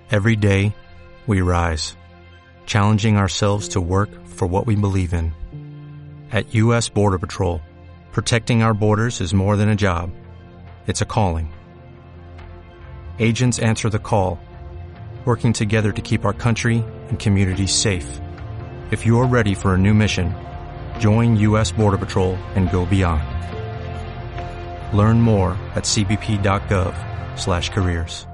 Every day, we rise, challenging ourselves to work for what we believe in. At U.S. Border Patrol, protecting our borders is more than a job. It's a calling. Agents answer the call, working together to keep our country and communities safe. If you're ready for a new mission, join U.S. Border Patrol and go beyond. Learn more at cbp.gov/careers.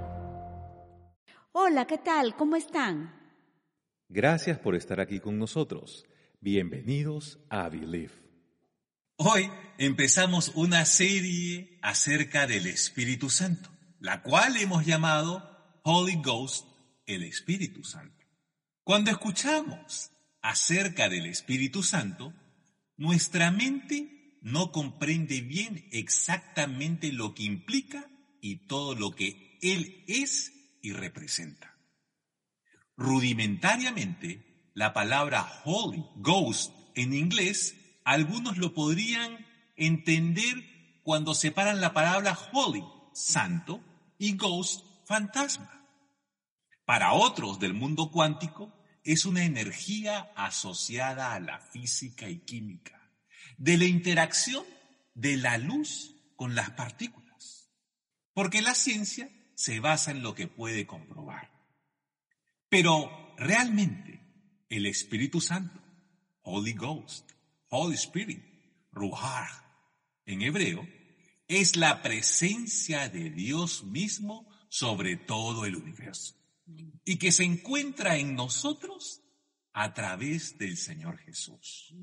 Hola, ¿qué tal? ¿Cómo están? Gracias por estar aquí con nosotros. Bienvenidos a Believe. Hoy empezamos una serie acerca del Espíritu Santo, la cual hemos llamado Holy Ghost, el Espíritu Santo. Cuando escuchamos acerca del Espíritu Santo, nuestra mente no comprende bien exactamente lo que implica y todo lo que Él es y representa. Rudimentariamente, la palabra Holy Ghost en inglés, algunos lo podrían entender cuando separan la palabra Holy, santo, y Ghost, fantasma. Para otros del mundo cuántico, es una energía asociada a la física y química, de la interacción de la luz con las partículas, porque la ciencia se basa en lo que puede comprobar. Pero realmente el Espíritu Santo, Holy Ghost, Holy Spirit, Ruach, en hebreo, es la presencia de Dios mismo sobre todo el universo y que se encuentra en nosotros a través del Señor Jesús.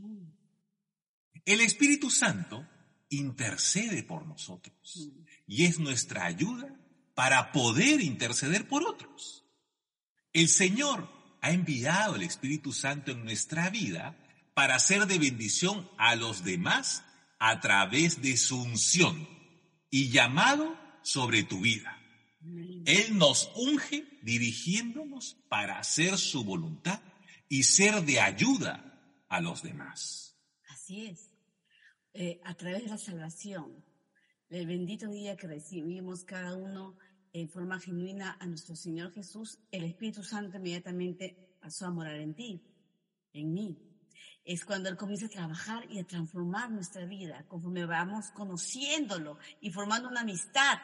El Espíritu Santo intercede por nosotros y es nuestra ayuda para poder interceder por otros. El Señor ha enviado el Espíritu Santo en nuestra vida para ser de bendición a los demás a través de su unción y llamado sobre tu vida. Él nos unge dirigiéndonos para hacer su voluntad y ser de ayuda a los demás. Así es. A través de la salvación, el bendito día que recibimos cada uno en forma genuina a nuestro Señor Jesús, el Espíritu Santo inmediatamente pasó a morar en ti, en mí. Es cuando Él comienza a trabajar y a transformar nuestra vida, conforme vamos conociéndolo y formando una amistad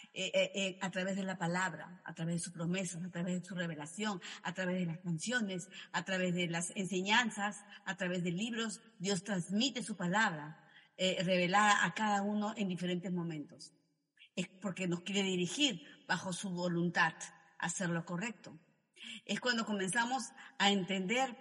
a través de la palabra, a través de sus promesas, a través de su revelación, a través de las canciones, a través de las enseñanzas, a través de libros. Dios transmite su palabra, revelada a cada uno en diferentes momentos. Es porque nos quiere dirigir bajo su voluntad a hacer lo correcto. Es cuando comenzamos a entender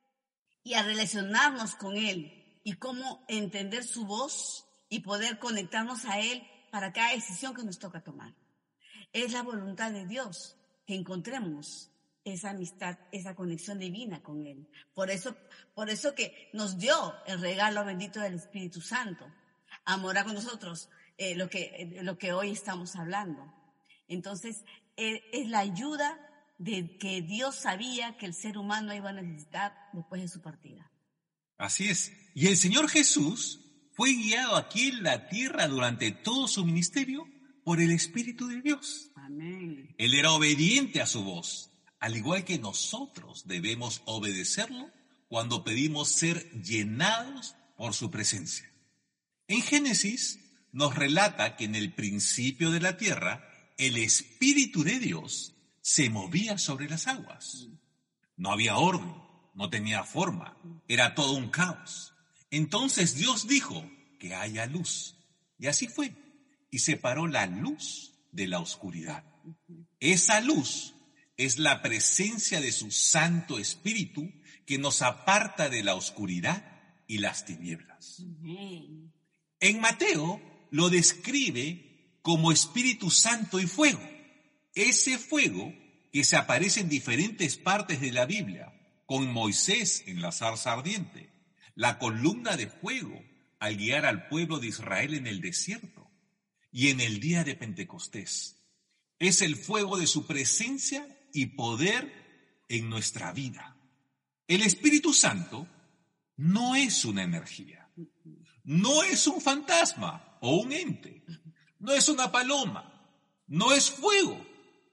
y a relacionarnos con Él y cómo entender su voz y poder conectarnos a Él para cada decisión que nos toca tomar. Es la voluntad de Dios que encontremos esa amistad, esa conexión divina con Él. Por eso que nos dio el regalo bendito del Espíritu Santo a morar con nosotros. Lo que hoy estamos hablando. Entonces, es la ayuda de que Dios sabía que el ser humano iba a necesitar después de su partida. Así es. Y el Señor Jesús fue guiado aquí en la tierra durante todo su ministerio por el Espíritu de Dios. Amén. Él era obediente a su voz, al igual que nosotros debemos obedecerlo cuando pedimos ser llenados por su presencia. En Génesis nos relata que en el principio de la tierra, el Espíritu de Dios se movía sobre las aguas. No había orden, no tenía forma, era todo un caos. Entonces Dios dijo que haya luz, y así fue, y separó la luz de la oscuridad. Esa luz es la presencia de su Santo Espíritu que nos aparta de la oscuridad y las tinieblas. En Mateo lo describe como Espíritu Santo y fuego. Ese fuego que se aparece en diferentes partes de la Biblia, con Moisés en la zarza ardiente, la columna de fuego al guiar al pueblo de Israel en el desierto y en el día de Pentecostés. Es el fuego de su presencia y poder en nuestra vida. El Espíritu Santo no es una energía, no es un fantasma o un ente, no es una paloma, no es fuego,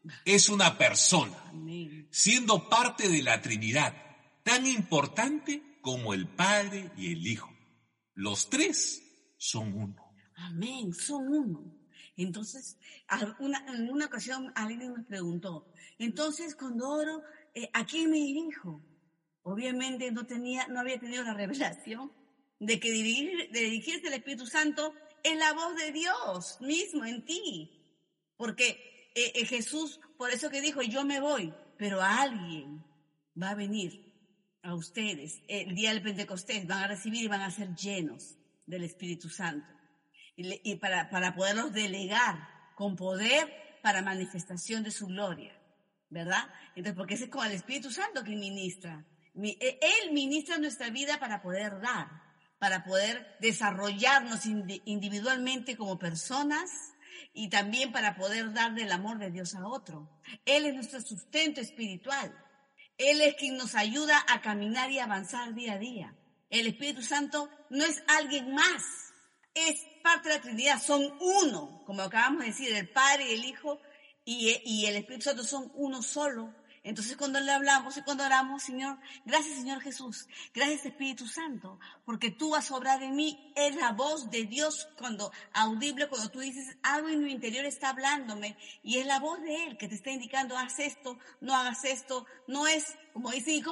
es una persona, Amén. siendo parte de la Trinidad, tan importante como el Padre y el Hijo. Los tres son uno. Amén, son uno. Entonces, en una ocasión alguien me preguntó, entonces cuando oro, ¿a quién me dirijo? Obviamente no había tenido la revelación de que dirigirse al Espíritu Santo es la voz de Dios mismo en ti. Porque Jesús, por eso que dijo, yo me voy, pero alguien va a venir a ustedes. El día del Pentecostés van a recibir y van a ser llenos del Espíritu Santo. Y para poderlos delegar con poder para manifestación de su gloria, ¿verdad? Entonces, porque ese es como el Espíritu Santo que ministra. Él ministra nuestra vida para poder dar, para poder desarrollarnos individualmente como personas y también para poder dar del amor de Dios a otro. Él es nuestro sustento espiritual. Él es quien nos ayuda a caminar y avanzar día a día. El Espíritu Santo no es alguien más. Es parte de la Trinidad, son uno, como acabamos de decir, el Padre y el Hijo y el Espíritu Santo son uno solo. Entonces cuando le hablamos y cuando oramos, Señor, gracias Señor Jesús, gracias Espíritu Santo, porque tú vas a obrar en mí, es la voz de Dios audible, cuando tú dices algo en mi interior está hablándome y es la voz de Él que te está indicando, haz esto, no hagas esto, no es, como dicen, ¿y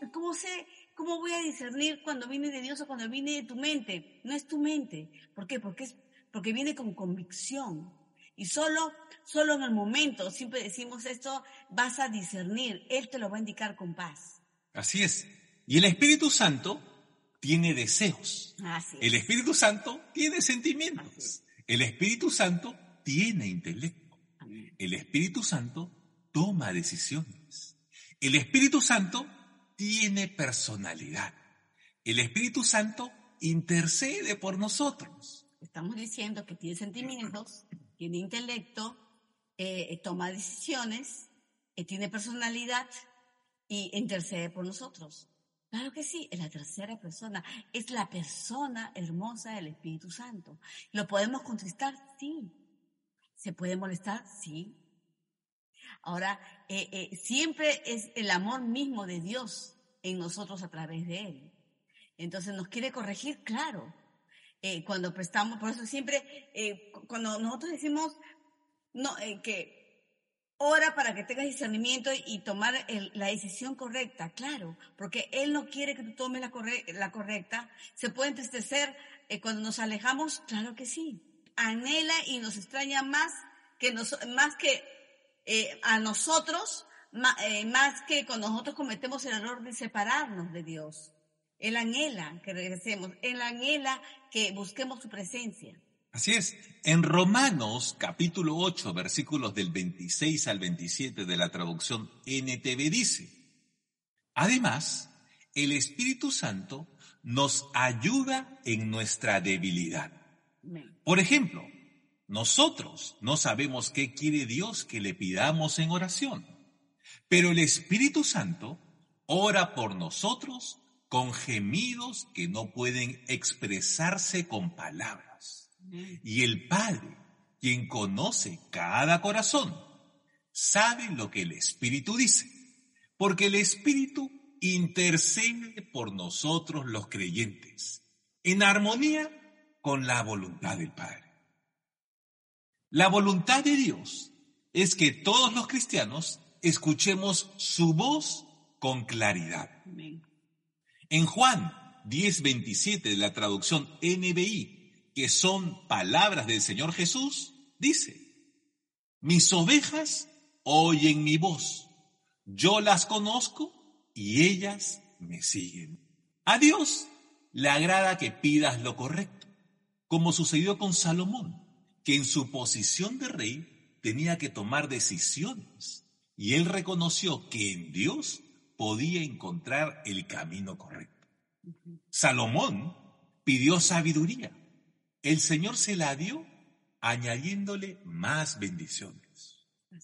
cómo voy a discernir cuando viene de Dios o cuando viene de tu mente? No es tu mente. ¿Por qué? Porque viene con convicción. Y solo en el momento, siempre decimos esto, vas a discernir. Él te lo va a indicar con paz. Así es. Y el Espíritu Santo tiene deseos. Así es. El Espíritu Santo tiene sentimientos. El Espíritu Santo tiene intelecto. Amén. El Espíritu Santo toma decisiones. El Espíritu Santo tiene personalidad. El Espíritu Santo intercede por nosotros. Estamos diciendo que tiene sentimientos, tiene intelecto, toma decisiones, tiene personalidad y intercede por nosotros. Claro que sí, es la tercera persona, es la persona hermosa del Espíritu Santo. ¿Lo podemos contristar? Sí. ¿Se puede molestar? Sí. Ahora, siempre es el amor mismo de Dios en nosotros a través de Él. Entonces, ¿nos quiere corregir? Claro. Cuando prestamos, por eso siempre, cuando nosotros decimos que ora para que tengas discernimiento y tomar la decisión correcta, claro, porque Él no quiere que tú tomes la correcta. ¿Se puede entristecer cuando nos alejamos? Claro que sí. Anhela y nos extraña más que a nosotros, más que cuando nosotros cometemos el error de separarnos de Dios. Él anhela que regresemos, Él anhela que busquemos su presencia. Así es. En Romanos capítulo 8, versículos del 26 al 27 de la traducción NTV dice: además, el Espíritu Santo nos ayuda en nuestra debilidad. Por ejemplo, nosotros no sabemos qué quiere Dios que le pidamos en oración, pero el Espíritu Santo ora por nosotros con gemidos que no pueden expresarse con palabras. Y el Padre, quien conoce cada corazón, sabe lo que el Espíritu dice, porque el Espíritu intercede por nosotros los creyentes, en armonía con la voluntad del Padre. La voluntad de Dios es que todos los cristianos escuchemos su voz con claridad. Amén. En Juan 10:27 de la traducción NBI, que son palabras del Señor Jesús, dice: mis ovejas oyen mi voz, yo las conozco y ellas me siguen. A Dios le agrada que pidas lo correcto, como sucedió con Salomón, que en su posición de rey tenía que tomar decisiones, y él reconoció que en Dios podía encontrar el camino correcto. Salomón pidió sabiduría. El Señor se la dio, añadiéndole más bendiciones.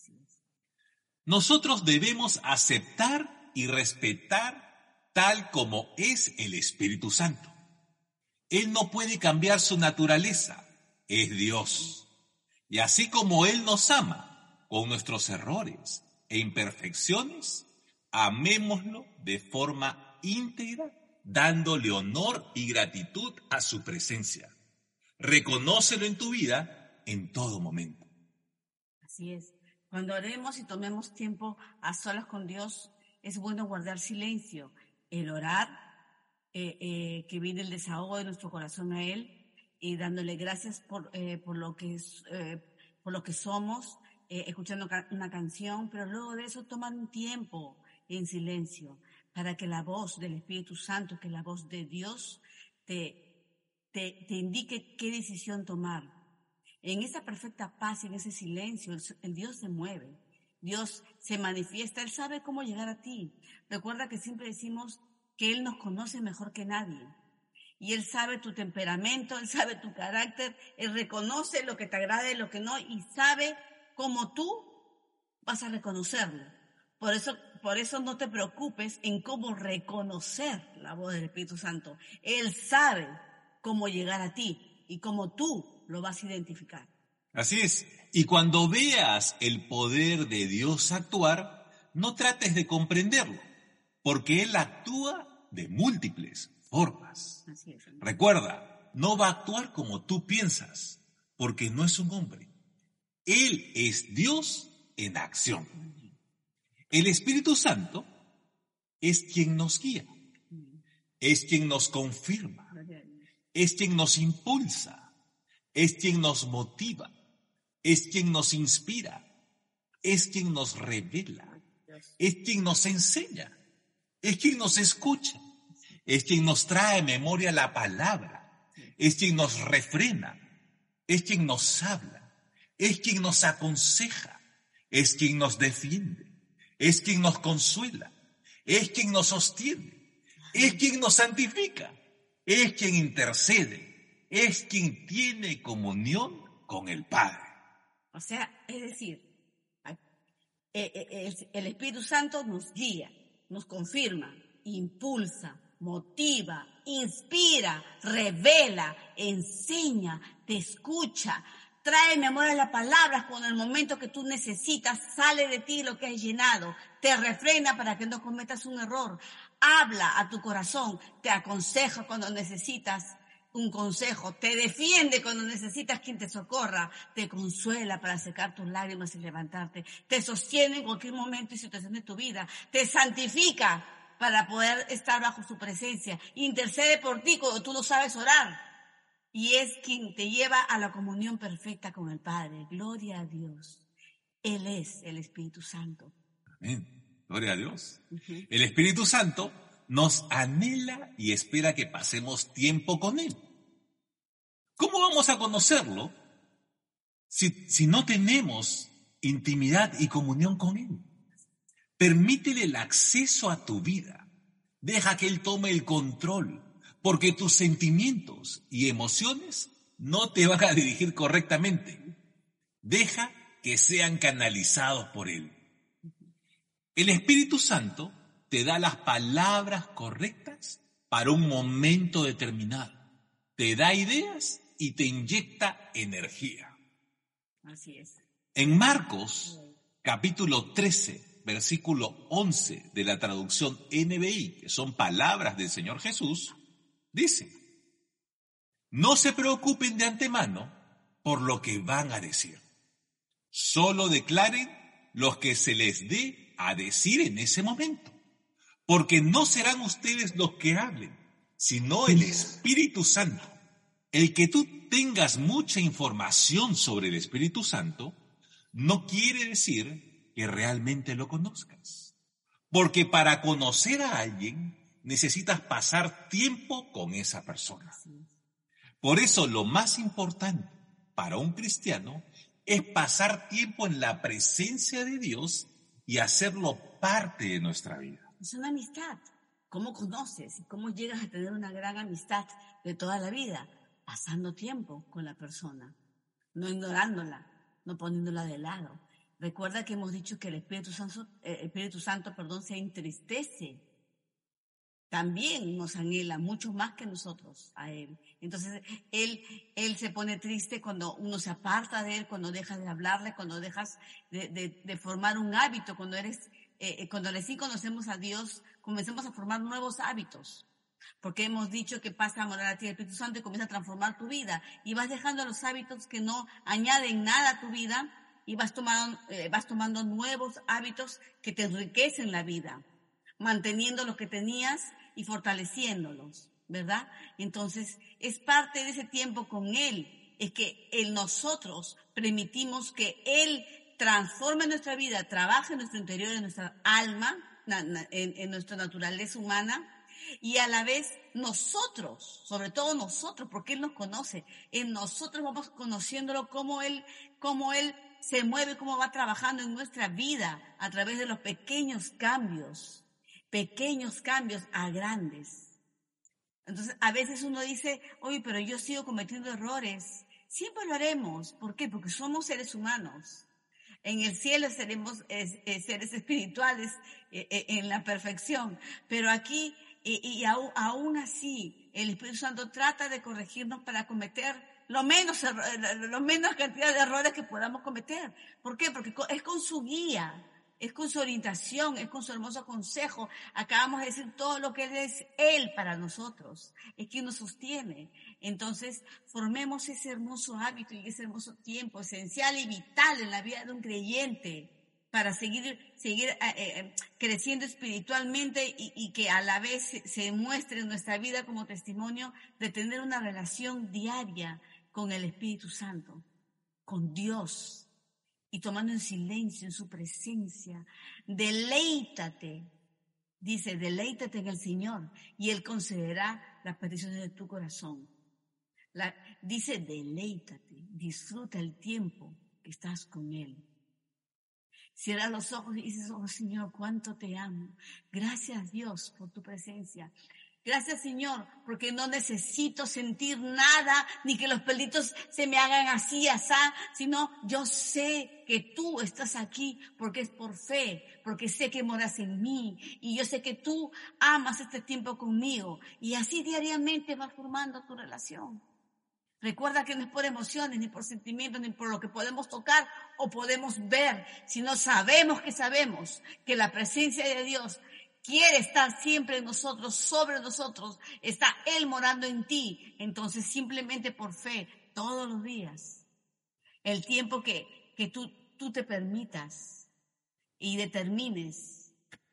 Nosotros debemos aceptar y respetar tal como es el Espíritu Santo. Él no puede cambiar su naturaleza, es Dios. Y así como Él nos ama, con nuestros errores e imperfecciones, amémoslo de forma íntegra, dándole honor y gratitud a su presencia. Reconócelo en tu vida en todo momento. Así es. Cuando oremos y tomemos tiempo a solas con Dios, es bueno guardar silencio. El orar, que viene el desahogo de nuestro corazón a Él, y dándole gracias por lo que somos, escuchando una canción, pero luego de eso tomar un tiempo en silencio para que la voz del Espíritu Santo, que la voz de Dios, te indique qué decisión tomar. En esa perfecta paz y en ese silencio, el Dios se mueve, Dios se manifiesta, Él sabe cómo llegar a ti. Recuerda que siempre decimos que Él nos conoce mejor que nadie. Y Él sabe tu temperamento, Él sabe tu carácter, Él reconoce lo que te agrada y lo que no, y sabe cómo tú vas a reconocerlo. Por eso no te preocupes en cómo reconocer la voz del Espíritu Santo. Él sabe cómo llegar a ti y cómo tú lo vas a identificar. Así es. Y cuando veas el poder de Dios actuar, no trates de comprenderlo, porque Él actúa de múltiples formas. Así es. Recuerda, no va a actuar como tú piensas, porque no es un hombre. Él es Dios en acción. El Espíritu Santo es quien nos guía, es quien nos confirma, es quien nos impulsa, es quien nos motiva, es quien nos inspira, es quien nos revela, es quien nos enseña, es quien nos escucha, es quien nos trae a memoria la palabra, es quien nos refrena, es quien nos habla, es quien nos aconseja, es quien nos defiende, es quien nos consuela, es quien nos sostiene, es quien nos santifica, es quien intercede, es quien tiene comunión con el Padre. O sea, es decir, el Espíritu Santo nos guía, nos confirma, impulsa, motiva, inspira, revela, enseña, te escucha, trae memoria las palabras cuando en el momento que tú necesitas sale de ti lo que has llenado, te refrena para que no cometas un error, habla a tu corazón, te aconseja cuando necesitas un consejo, te defiende cuando necesitas quien te socorra, te consuela para secar tus lágrimas y levantarte, te sostiene en cualquier momento y situación de tu vida, te santifica para poder estar bajo su presencia, intercede por ti cuando tú no sabes orar, y es quien te lleva a la comunión perfecta con el Padre. Gloria a Dios. Él es el Espíritu Santo. Amén. Gloria a Dios. El Espíritu Santo nos anhela y espera que pasemos tiempo con Él. ¿Cómo vamos a conocerlo si no tenemos intimidad y comunión con Él? Permítele el acceso a tu vida. Deja que Él tome el control, porque tus sentimientos y emociones no te van a dirigir correctamente. Deja que sean canalizados por Él. El Espíritu Santo te da las palabras correctas para un momento determinado. Te da ideas y te inyecta energía. Así es. En Marcos, capítulo 13, versículo 11 de la traducción NBI, que son palabras del Señor Jesús, dice: no se preocupen de antemano por lo que van a decir. Solo declaren lo que se les dé a decir en ese momento, porque no serán ustedes los que hablen, sino el Espíritu Santo. El que tú tengas mucha información sobre el Espíritu Santo no quiere decir que realmente lo conozcas, porque para conocer a alguien necesitas pasar tiempo con esa persona. Por eso lo más importante para un cristiano es pasar tiempo en la presencia de Dios y hacerlo parte de nuestra vida. Es una amistad. ¿Cómo conoces y cómo llegas a tener una gran amistad de toda la vida? Pasando tiempo con la persona, no ignorándola, no poniéndola de lado. Recuerda que hemos dicho que el Espíritu Santo se entristece también nos anhela mucho más que nosotros a Él. Entonces, Él se pone triste cuando uno se aparta de Él, cuando dejas de hablarle, cuando dejas de formar un hábito, cuando recién conocemos a Dios, comencemos a formar nuevos hábitos. Porque hemos dicho que pasa a morar a ti el Espíritu Santo y comienza a transformar tu vida. Y vas dejando los hábitos que no añaden nada a tu vida y vas tomando nuevos hábitos que te enriquecen la vida, manteniendo los que tenías y fortaleciéndolos, ¿verdad? Entonces, es parte de ese tiempo con Él, es que nosotros permitimos que Él transforme nuestra vida, trabaje en nuestro interior, en nuestra alma, en nuestra naturaleza humana, y a la vez nosotros, sobre todo nosotros, porque Él nos conoce, en nosotros vamos conociéndolo cómo Él se mueve, cómo va trabajando en nuestra vida a través de los pequeños cambios a grandes. Entonces, a veces uno dice, oye, pero yo sigo cometiendo errores. Siempre lo haremos. ¿Por qué? Porque somos seres humanos. En el cielo seremos seres espirituales en la perfección. Pero aquí, aún así, el Espíritu Santo trata de corregirnos para cometer lo menos cantidad de errores que podamos cometer. ¿Por qué? Porque es con su guía, es con su orientación, es con su hermoso consejo. Acabamos de decir todo lo que es Él para nosotros, es quien nos sostiene. Entonces, formemos ese hermoso hábito y ese hermoso tiempo esencial y vital en la vida de un creyente para seguir creciendo espiritualmente y que a la vez se muestre en nuestra vida como testimonio de tener una relación diaria con el Espíritu Santo, con Dios, y tomando en silencio, en su presencia. Deleítate, dice, deleítate en el Señor y Él concederá las peticiones de tu corazón. Dice, deleítate, disfruta el tiempo que estás con Él. Cierra los ojos y dices, oh Señor, cuánto te amo. Gracias Dios por tu presencia. Gracias Señor, porque no necesito sentir nada, ni que los pelitos se me hagan así, asá, sino yo sé que tú estás aquí porque es por fe, porque sé que moras en mí y yo sé que tú amas este tiempo conmigo y así diariamente vas formando tu relación. Recuerda que no es por emociones, ni por sentimientos, ni por lo que podemos tocar o podemos ver, sino sabemos que la presencia de Dios quiere estar siempre en nosotros, sobre nosotros, está Él morando en ti. Entonces simplemente por fe, todos los días, el tiempo que tú te permitas y determines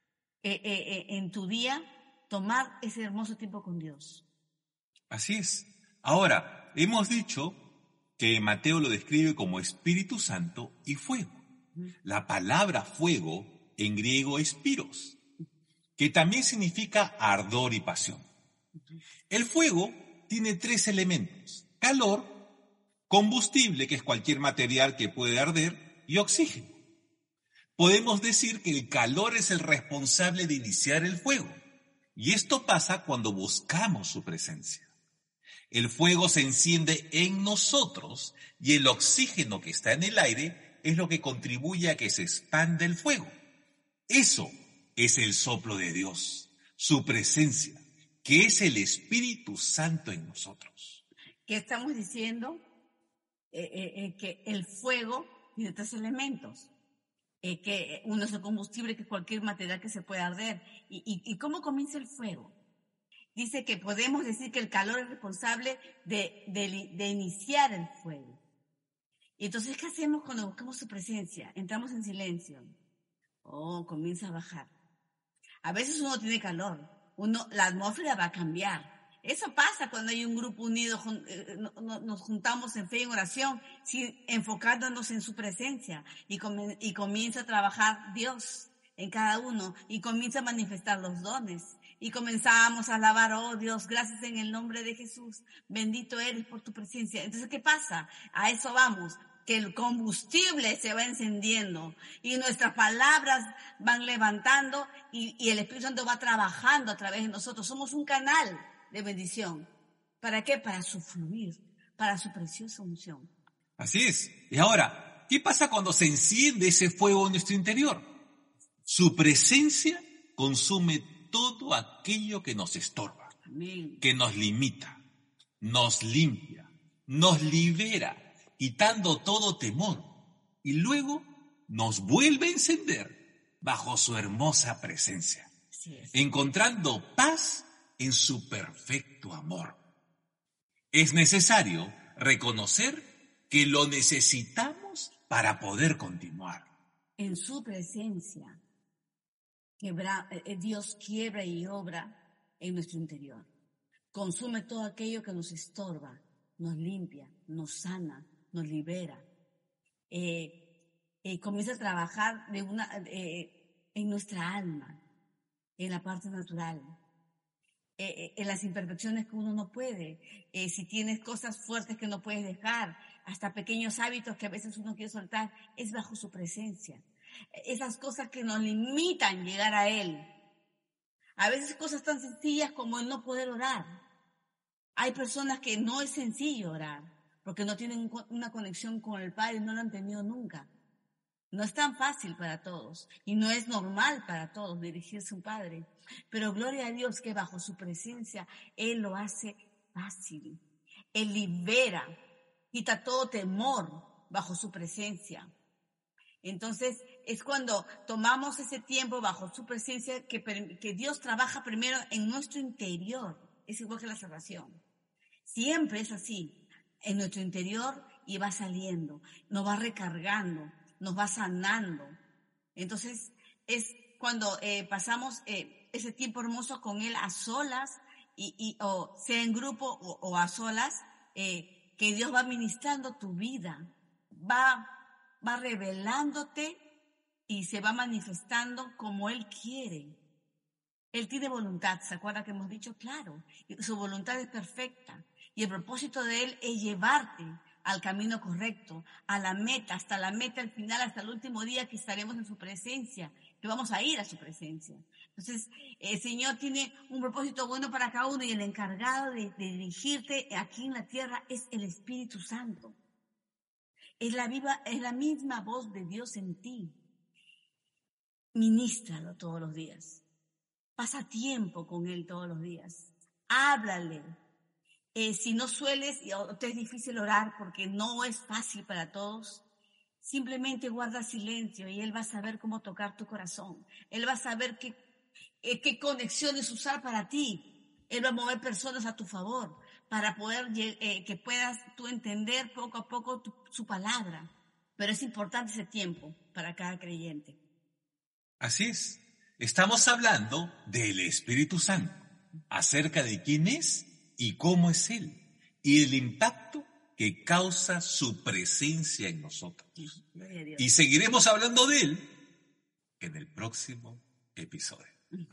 en tu día, tomar ese hermoso tiempo con Dios. Así es. Ahora, hemos dicho que Mateo lo describe como Espíritu Santo y fuego. La palabra fuego en griego es piros, que también significa ardor y pasión. El fuego tiene 3 elementos: calor, combustible, que es cualquier material que puede arder, y oxígeno. Podemos decir que el calor es el responsable de iniciar el fuego, y esto pasa cuando buscamos su presencia. El fuego se enciende en nosotros y el oxígeno que está en el aire es lo que contribuye a que se expanda el fuego. Eso es el soplo de Dios, su presencia, que es el Espíritu Santo en nosotros. ¿Qué estamos diciendo? Que el fuego tiene 3 elementos. Que uno es el combustible, que es cualquier material que se pueda arder. ¿Y cómo comienza el fuego? Dice que podemos decir que el calor es responsable de iniciar el fuego. Y entonces, ¿qué hacemos cuando buscamos su presencia? Entramos en silencio. Comienza a bajar. A veces uno tiene calor. La atmósfera va a cambiar. Eso pasa cuando hay un grupo unido, nos juntamos en fe y en oración, enfocándonos en su presencia. Y comienza a trabajar Dios en cada uno. Y comienza a manifestar los dones. Y comenzamos a alabar, oh Dios, gracias en el nombre de Jesús. Bendito eres por tu presencia. Entonces, ¿qué pasa? A eso vamos, que el combustible se va encendiendo y nuestras palabras van levantando y el Espíritu Santo va trabajando a través de nosotros. Somos un canal de bendición. ¿Para qué? Para su fluir, para su preciosa unción. Así es. Y ahora, ¿qué pasa cuando se enciende ese fuego en nuestro interior? Su presencia consume todo aquello que nos estorba, Amén. que nos limita, nos limpia, nos libera, quitando todo temor, y luego nos vuelve a encender bajo su hermosa presencia, Así es. encontrando paz en su perfecto amor. Es necesario reconocer que lo necesitamos para poder continuar. En su presencia, Dios quiebra y obra en nuestro interior. Consume todo aquello que nos estorba, nos limpia, nos sana, nos libera. Comienza a trabajar en nuestra alma, en la parte natural, en las imperfecciones que uno no puede. Si tienes cosas fuertes que no puedes dejar, hasta pequeños hábitos que a veces uno quiere soltar, es bajo su presencia. Esas cosas que nos limitan llegar a Él. A veces cosas tan sencillas como el no poder orar. Hay personas que no es sencillo orar, porque no tienen una conexión con el Padre, no lo han tenido nunca. No es tan fácil para todos, y no es normal para todos dirigirse a un Padre. Pero gloria a Dios que bajo su presencia Él lo hace fácil. Él libera, quita todo temor bajo su presencia. Entonces, es cuando tomamos ese tiempo bajo su presencia que Dios trabaja primero en nuestro interior. Es igual que la salvación. Siempre es así. En nuestro interior y va saliendo, nos va recargando, nos va sanando. Entonces, es cuando pasamos ese tiempo hermoso con Él a solas, o sea en grupo o a solas, que Dios va ministrando tu vida, va revelándote y se va manifestando como Él quiere. Él tiene voluntad, ¿se acuerda que hemos dicho? Claro, y su voluntad es perfecta. Y el propósito de Él es llevarte al camino correcto, a la meta, hasta la meta, al final, hasta el último día que estaremos en su presencia, que vamos a ir a su presencia. Entonces, el Señor tiene un propósito bueno para cada uno y el encargado de dirigirte aquí en la tierra es el Espíritu Santo. Es la misma voz de Dios en ti. Ministralo todos los días. Pasa tiempo con Él todos los días. Háblale. Si no sueles o te es difícil orar porque no es fácil para todos, simplemente guarda silencio y Él va a saber cómo tocar tu corazón. Él va a saber qué conexiones usar para ti. Él va a mover personas a tu favor para poder que puedas tú entender poco a poco su palabra. Pero es importante ese tiempo para cada creyente. Así es. Estamos hablando del Espíritu Santo, acerca de quién es y cómo es Él, y el impacto que causa su presencia en nosotros. Y seguiremos hablando de Él en el próximo episodio.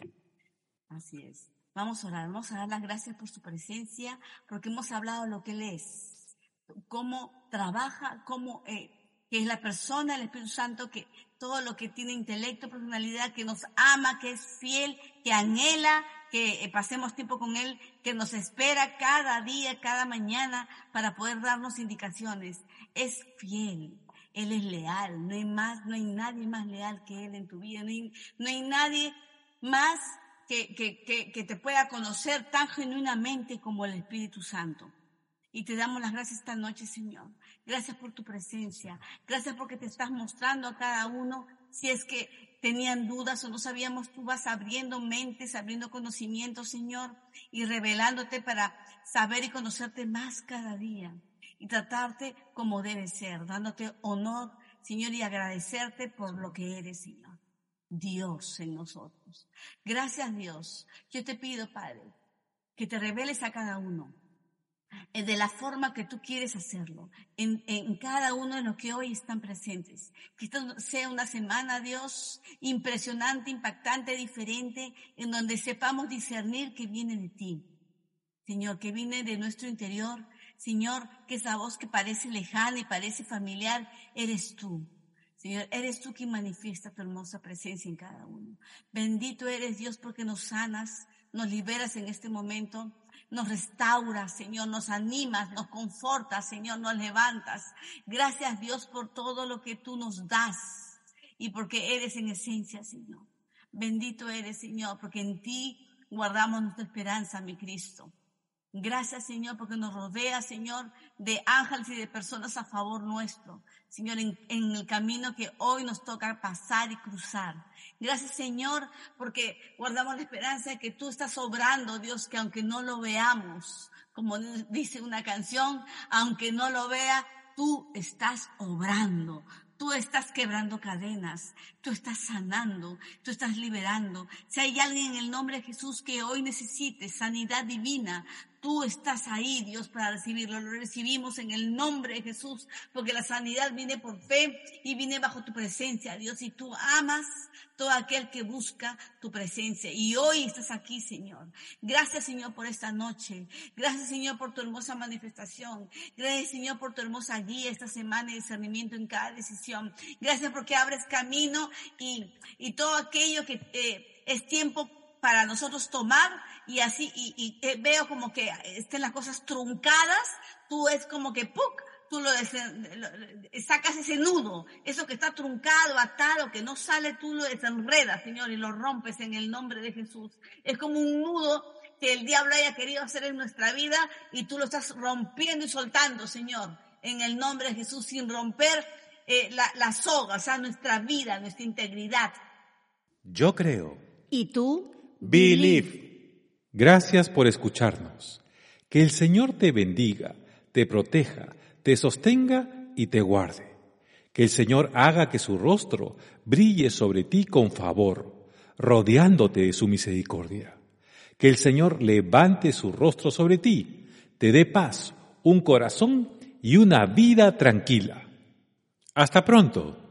Así es. Vamos a orar, vamos a dar las gracias por su presencia, porque hemos hablado de lo que Él es, cómo trabaja, cómo que es la persona, el Espíritu Santo, que todo lo que tiene intelecto, personalidad, que nos ama, que es fiel, que anhela que pasemos tiempo con Él, que nos espera cada día, cada mañana para poder darnos indicaciones. Es fiel, Él es leal, no hay nadie más leal que Él en tu vida, no hay nadie más que te pueda conocer tan genuinamente como el Espíritu Santo. Y te damos las gracias esta noche, Señor. Gracias por tu presencia. Gracias porque te estás mostrando a cada uno. Si es que tenían dudas o no sabíamos, tú vas abriendo mentes, abriendo conocimientos, Señor, y revelándote para saber y conocerte más cada día. Y tratarte como debe ser, dándote honor, Señor, y agradecerte por lo que eres, Señor. Dios en nosotros. Gracias, Dios. Yo te pido, Padre, que te reveles a cada uno de la forma que tú quieres hacerlo, en cada uno de los que hoy están presentes. Que esto sea una semana, Dios, impresionante, impactante, diferente, en donde sepamos discernir que viene de ti, Señor, que viene de nuestro interior. Señor, que esa voz que parece lejana y parece familiar, eres tú. Señor, eres tú quien manifiesta tu hermosa presencia en cada uno. Bendito eres, Dios, porque nos sanas, nos liberas en este momento, nos restauras, Señor, nos animas, nos confortas, Señor, nos levantas. Gracias, Dios, por todo lo que tú nos das y porque eres en esencia, Señor. Bendito eres, Señor, porque en ti guardamos nuestra esperanza, mi Cristo. Gracias, Señor, porque nos rodea, Señor, de ángeles y de personas a favor nuestro. Señor, en el camino que hoy nos toca pasar y cruzar. Gracias, Señor, porque guardamos la esperanza de que tú estás obrando, Dios, que aunque no lo veamos, como dice una canción, aunque no lo vea, tú estás obrando. Tú estás quebrando cadenas, tú estás sanando, tú estás liberando. Si hay alguien en el nombre de Jesús que hoy necesite sanidad divina, tú estás ahí, Dios, para recibirlo. Lo recibimos en el nombre de Jesús, porque la sanidad viene por fe y viene bajo tu presencia, Dios. Y tú amas todo aquel que busca tu presencia. Y hoy estás aquí, Señor. Gracias, Señor, por esta noche. Gracias, Señor, por tu hermosa manifestación. Gracias, Señor, por tu hermosa guía esta semana y discernimiento en cada decisión. Gracias porque abres camino y todo aquello que es tiempo para nosotros tomar y así, veo como que estén las cosas truncadas, tú es como que ¡puc! Tú sacas ese nudo, eso que está truncado, atado, que no sale, tú lo desenredas, Señor, y lo rompes en el nombre de Jesús. Es como un nudo que el diablo haya querido hacer en nuestra vida y tú lo estás rompiendo y soltando, Señor, en el nombre de Jesús, sin romper la soga, o sea, nuestra vida, nuestra integridad. Yo creo. ¿Y tú? Believe. Gracias por escucharnos. Que el Señor te bendiga, te proteja, te sostenga y te guarde. Que el Señor haga que su rostro brille sobre ti con favor, rodeándote de su misericordia. Que el Señor levante su rostro sobre ti, te dé paz, un corazón y una vida tranquila. Hasta pronto.